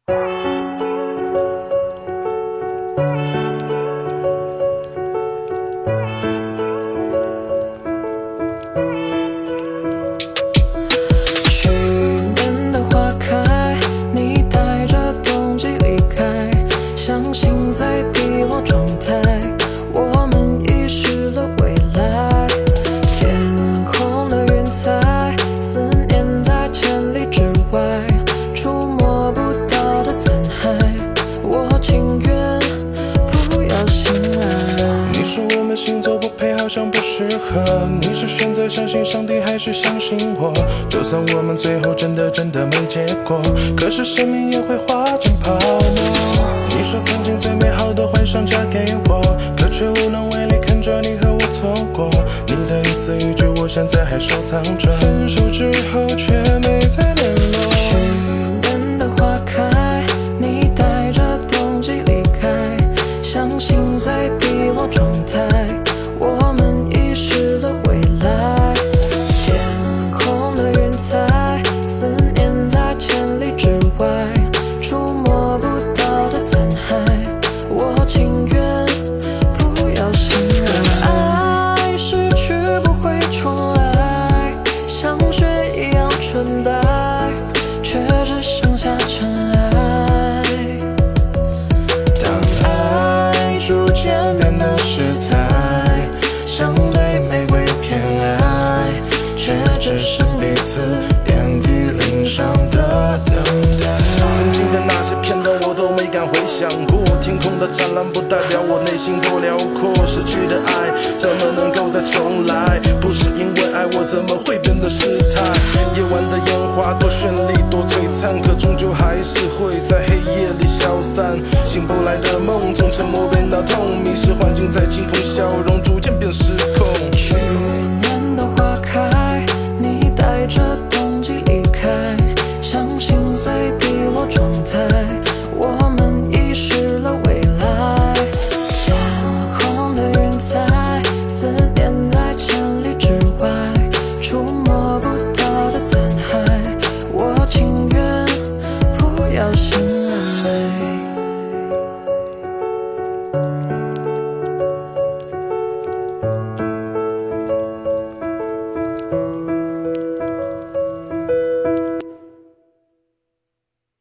你是选择相信上帝还是相信我？就算我们最后真的没结果，可是生命也会化成泡沫。你说曾经最美好的幻想嫁给我，可却无能为力看着你和我错过。你的一字一句我现在还收藏着，分手之后却没再联络。 去年的花开，你带着冬季离开，相信在低落状态，我们遗失了未来。天空的云彩，思念在千里之外，触摸不到的残骸，我情愿不要醒来。爱失去不会重来，像雪一样纯白，却只剩下尘埃。 当爱逐渐变得失态，像对玫瑰偏爱，却只剩彼此遍体鳞伤的等待。曾经的那些片段我都没敢回想过，天空的湛蓝不代表我内心多辽阔。失去的爱怎么能够再重来？不是因为爱我怎么会变得失态？夜晚的烟花多绚丽多璀璨，可终究还是